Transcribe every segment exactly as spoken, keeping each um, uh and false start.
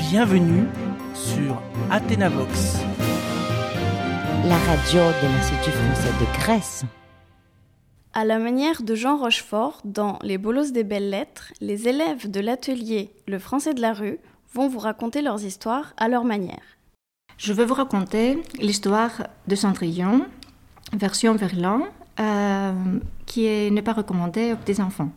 Bienvenue sur Athénavox, la radio de l'Institut français de Grèce. À la manière de Jean Rochefort, dans Les Bolos des belles lettres, les élèves de l'atelier Le français de la rue vont vous raconter leurs histoires à leur manière. Je vais vous raconter l'histoire de Cendrillon, version Verlan, euh, qui est, n'est pas recommandée aux petits-enfants.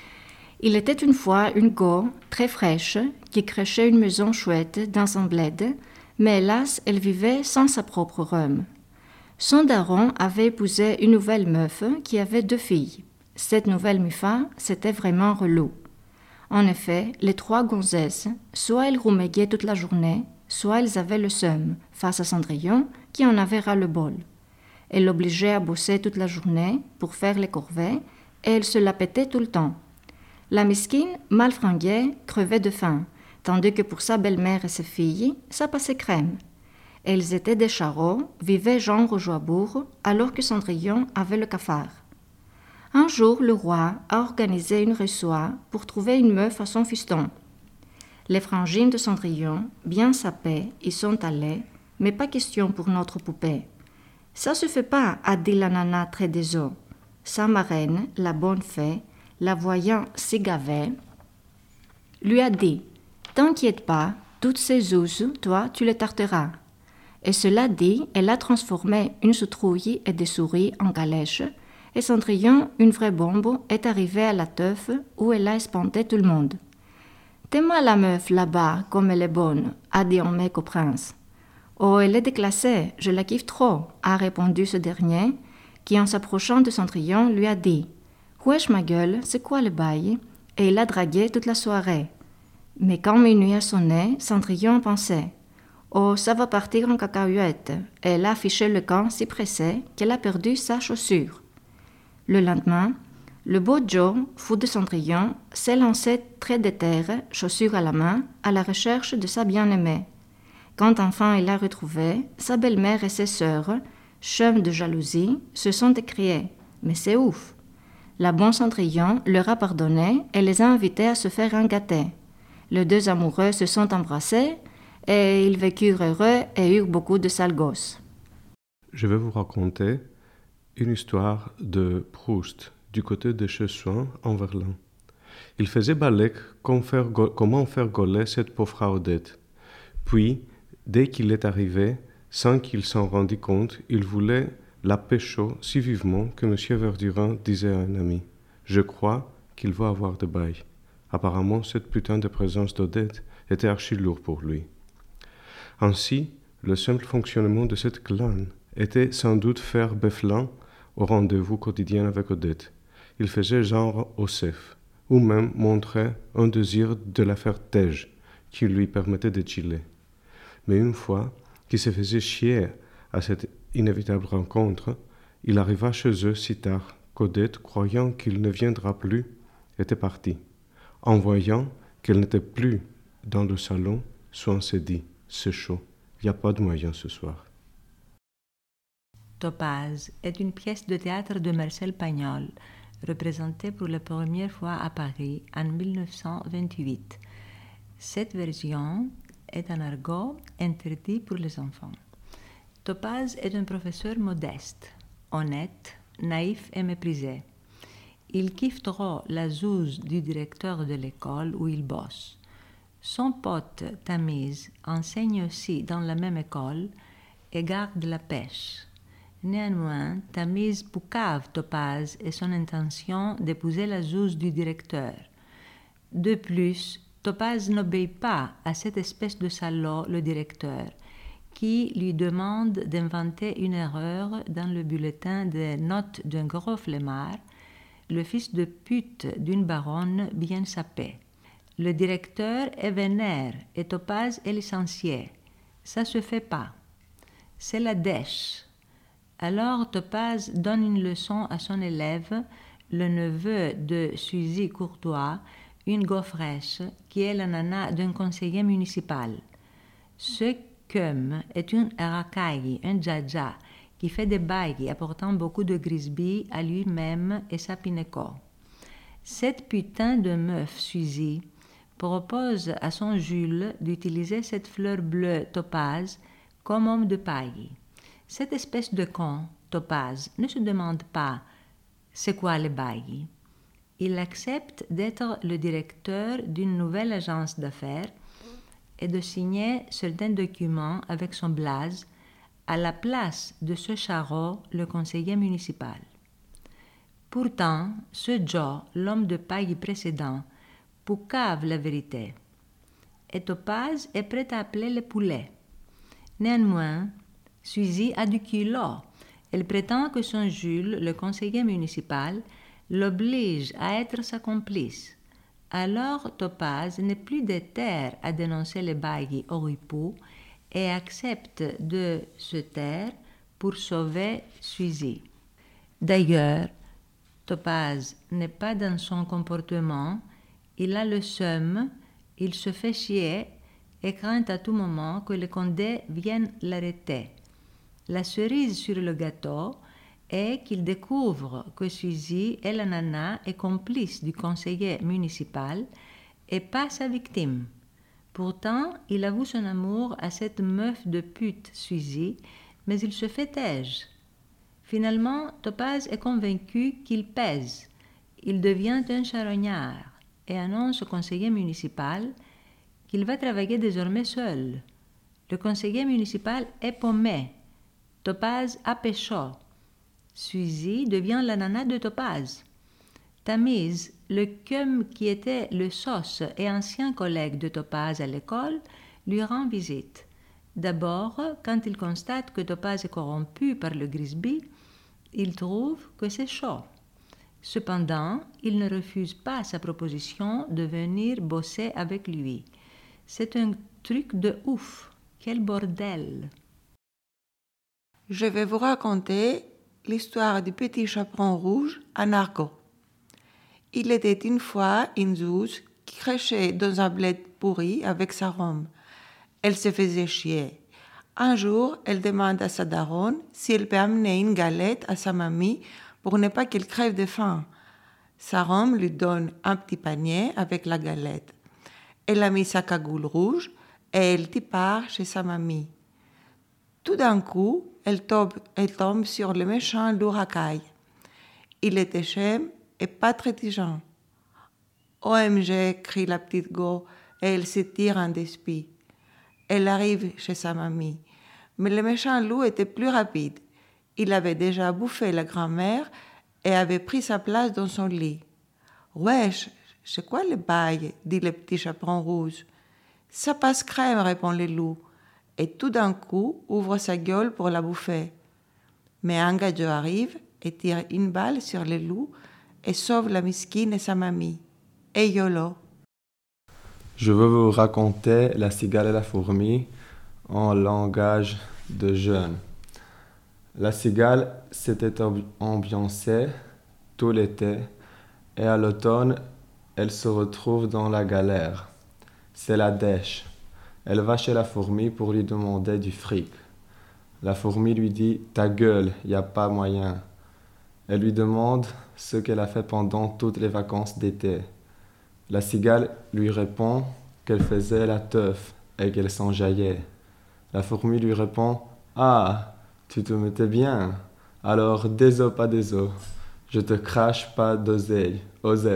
Il était une fois une go très fraîche qui crachait une maison chouette dans son bled, mais hélas, elle vivait sans sa propre rhum. Son daron avait épousé une nouvelle meuf qui avait deux filles. Cette nouvelle mufa, c'était vraiment relou. En effet, les trois gonzesses, soit elles rouméguaient toute la journée, soit elles avaient le seum face à Cendrillon qui en avait ras-le-bol. Elle l'obligeait à bosser toute la journée pour faire les corvées et elle se la pétait tout le temps. La misquine, mal fringuée, crevait de faim, tandis que pour sa belle-mère et ses filles, ça passait crème. Elles étaient des charros, vivaient genre au Joibourg, alors que Cendrillon avait le cafard. Un jour, le roi a organisé une reçoit pour trouver une meuf à son fiston. Les frangines de Cendrillon, bien sapées, y sont allées, mais pas question pour notre poupée. Ça se fait pas, a dit la nana très des os. Sa marraine, la bonne fée, la voyant s'égaver, lui a dit « T'inquiète pas, toutes ces zouzes, toi, tu les tarteras. » Et cela dit, elle a transformé une soutrouille et des souris en calèche, et Cendrillon, une vraie bombe, est arrivée à la teuf où elle a espanté tout le monde. « T'es-moi la meuf là-bas, comme elle est bonne, » a dit un mec au prince. « Oh, elle est déclassée, je la kiffe trop, » a répondu ce dernier, qui en s'approchant de Cendrillon lui a dit « Wesh ma gueule, c'est quoi le bail ?» Et il a dragué toute la soirée. Mais quand minuit a sonné, Cendrillon pensait « Oh, ça va partir en cacahuète » et elle a affiché le camp si pressé qu'elle a perdu sa chaussure. Le lendemain, le beau Joe, fou de Cendrillon, s'est lancé très déter, chaussure à la main, à la recherche de sa bien-aimée. Quand enfin il l'a retrouvée, sa belle-mère et ses sœurs, chum de jalousie, se sont écriées « Mais c'est ouf !» La bonne Cendrillon leur a pardonné et les a invités à se faire un gâté. Les deux amoureux se sont embrassés et ils vécurent heureux et eurent beaucoup de sales gosses. Je vais vous raconter une histoire de Proust du côté de Chessoin en Verlan. Il faisait balèque comment faire gauler cette pauvre Odette. Puis, dès qu'il est arrivé, sans qu'il s'en rendît compte, il voulait la pécho si vivement que M. Verdurin disait à un ami « Je crois qu'il va avoir de bail. » Apparemment, cette putain de présence d'Odette était archi lourd pour lui. Ainsi, le simple fonctionnement de cette clan était sans doute faire Beflan au rendez-vous quotidien avec Odette. Il faisait genre Osef, ou même montrer un désir de la faire tège qui lui permettait de chiller. Mais une fois qu'il se faisait chier à cette inévitable rencontre, il arriva chez eux si tard qu'Odette, croyant qu'il ne viendra plus, était partie. En voyant qu'elle n'était plus dans le salon, Swann s'est dit « C'est chaud, il n'y a pas de moyen ce soir. » Topaz est une pièce de théâtre de Marcel Pagnol, représentée pour la première fois à Paris en dix-neuf cent vingt-huit. Cette version est un argot interdit pour les enfants. Topaz est un professeur modeste, honnête, naïf et méprisé. Il kiffe trop la zouze du directeur de l'école où il bosse. Son pote Tamise enseigne aussi dans la même école et garde la pêche. Néanmoins, Tamise poucave Topaz et son intention d'épouser la zouze du directeur. De plus, Topaz n'obéit pas à cette espèce de salaud, le directeur, qui lui demande d'inventer une erreur dans le bulletin des notes d'un gros flemmard, le fils de pute d'une baronne bien sapée. Le directeur est vénère et Topaz est licencié. Ça se fait pas. C'est la dèche. Alors Topaz donne une leçon à son élève, le neveu de Suzy Courtois, une go fraîche, qui est la nana d'un conseiller municipal. Ce Cum est une racaille, un djadja, qui fait des bagues apportant beaucoup de grisby à lui-même et sa pineco. Cette putain de meuf Suzy propose à son Jules d'utiliser cette fleur bleue topaze comme homme de paille. Cette espèce de con, topaze, ne se demande pas c'est quoi le bail. Il accepte d'être le directeur d'une nouvelle agence d'affaires et de signer certains documents avec son blaze à la place de ce charrot, le conseiller municipal. Pourtant, ce Joe, l'homme de paille précédent, poucave la vérité. Et Topaze est prêt à appeler le poulet. Néanmoins, Suzy a du culot. Elle prétend que son Jules, le conseiller municipal, l'oblige à être sa complice. Alors Topaze n'est plus déterre à dénoncer les baillis oripeaux et accepte de se taire pour sauver Suzy. D'ailleurs, Topaze n'est pas dans son comportement, il a le seum, il se fait chier et craint à tout moment que le Condé vienne l'arrêter. La cerise sur le gâteau est qu'il découvre que Suzy est la nana et complice du conseiller municipal et pas sa victime. Pourtant, il avoue son amour à cette meuf de pute Suzy, mais il se fait taire. Finalement, Topaze est convaincu qu'il pèse. Il devient un charognard et annonce au conseiller municipal qu'il va travailler désormais seul. Le conseiller municipal est paumé. Topaze a pécho. Suzy devient la nana de Topaze. Tamise, le cum qui était le sauce et ancien collègue de Topaze à l'école, lui rend visite. D'abord, quand il constate que Topaze est corrompu par le Grisby, il trouve que c'est chaud. Cependant, il ne refuse pas sa proposition de venir bosser avec lui. C'est un truc de ouf. Quel bordel! Je vais vous raconter l'histoire du petit chaperon rouge en argot. Il était une fois une zouze qui crachait dans un bled pourri avec sa rhum. Elle se faisait chier. Un jour, elle demande à sa daronne si elle peut amener une galette à sa mamie pour ne pas qu'elle crève de faim. Sa rhum lui donne un petit panier avec la galette. Elle a mis sa cagoule rouge et elle part chez sa mamie. Tout d'un coup, elle tombe, elle tombe sur le méchant loup racaille. Il était chème et pas très tigeant. « O M G » crie la petite go et elle se tire en despit. Elle arrive chez sa mamie. Mais le méchant loup était plus rapide. Il avait déjà bouffé la grand-mère et avait pris sa place dans son lit. « Wesh, c'est quoi le bail ?» dit le petit chaperon rouge. « Ça passe crème » répond le loup. Et tout d'un coup, ouvre sa gueule pour la bouffer. Mais un gadjo arrive et tire une balle sur le loup et sauve la miskine et sa mamie. Et YOLO. Je veux vous raconter La cigale et la fourmi en langage de jeunes. La cigale s'était ambiancée tout l'été et à l'automne, elle se retrouve dans la galère. C'est la dèche. Elle va chez la fourmi pour lui demander du fric. La fourmi lui dit « Ta gueule, y a pas moyen ». Elle lui demande ce qu'elle a fait pendant toutes les vacances d'été. La cigale lui répond qu'elle faisait la teuf et qu'elle s'enjaillait. La fourmi lui répond « Ah, tu te mettais bien. Alors, des os pas des os. Je te crache pas d'oseille, Osef ».